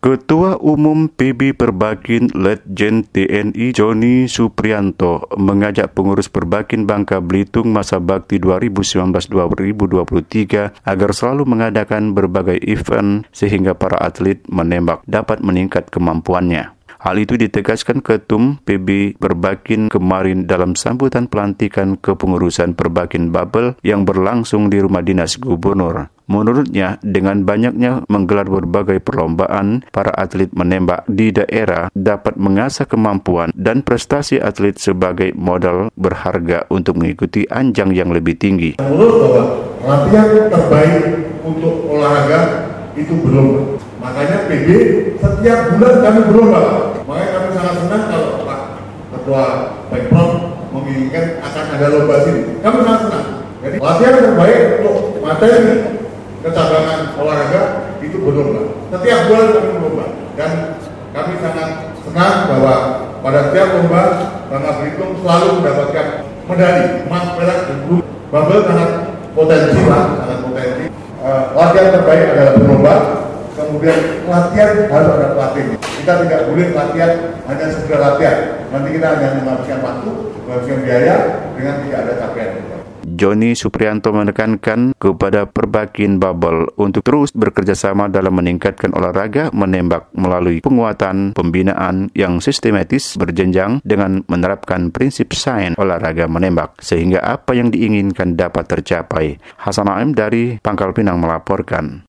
Ketua Umum PB Perbakin Letjen TNI Joni Suprianto mengajak pengurus Perbakin Bangka Belitung masa bakti 2019-2023 agar selalu mengadakan berbagai event sehingga para atlet menembak dapat meningkat kemampuannya. Hal itu ditegaskan Ketum PB Perbakin kemarin dalam sambutan pelantikan kepengurusan Perbakin Babel yang berlangsung di Rumah Dinas Gubernur. Menurutnya, dengan banyaknya menggelar berbagai perlombaan, para atlet menembak di daerah dapat mengasah kemampuan dan prestasi atlet sebagai modal berharga untuk mengikuti anjang yang lebih tinggi. Menurut bahwa latihan terbaik untuk olahraga itu berlomba. Makanya PB setiap bulan kami berlomba. Makanya kami sangat senang kalau Pak Ketua Pemprov menginginkan akan ada lomba sini. Kami sangat senang. Jadi latihan terbaik untuk materi kecabangan olahraga itu berlomba. Setiap bulan kami berlomba dan kami sangat senang bahwa pada setiap lomba Bangka Belitung selalu mendapatkan medali emas, perak, dan perunggu. Babel sangat potensi, sangat potensi. Latihan terbaik adalah berlomba. Kemudian latihan harus ada pelatih. Kita tidak boleh latihan hanya sekedar latihan. Nanti kita hanya menghabiskan waktu, menghabiskan biaya dengan tidak ada capaian. Joni Suprianto menekankan kepada Perbakin Babel untuk terus bekerjasama dalam meningkatkan olahraga menembak melalui penguatan pembinaan yang sistematis berjenjang dengan menerapkan prinsip sains olahraga menembak sehingga apa yang diinginkan dapat tercapai. Hasan Aim dari Pangkal Pinang melaporkan.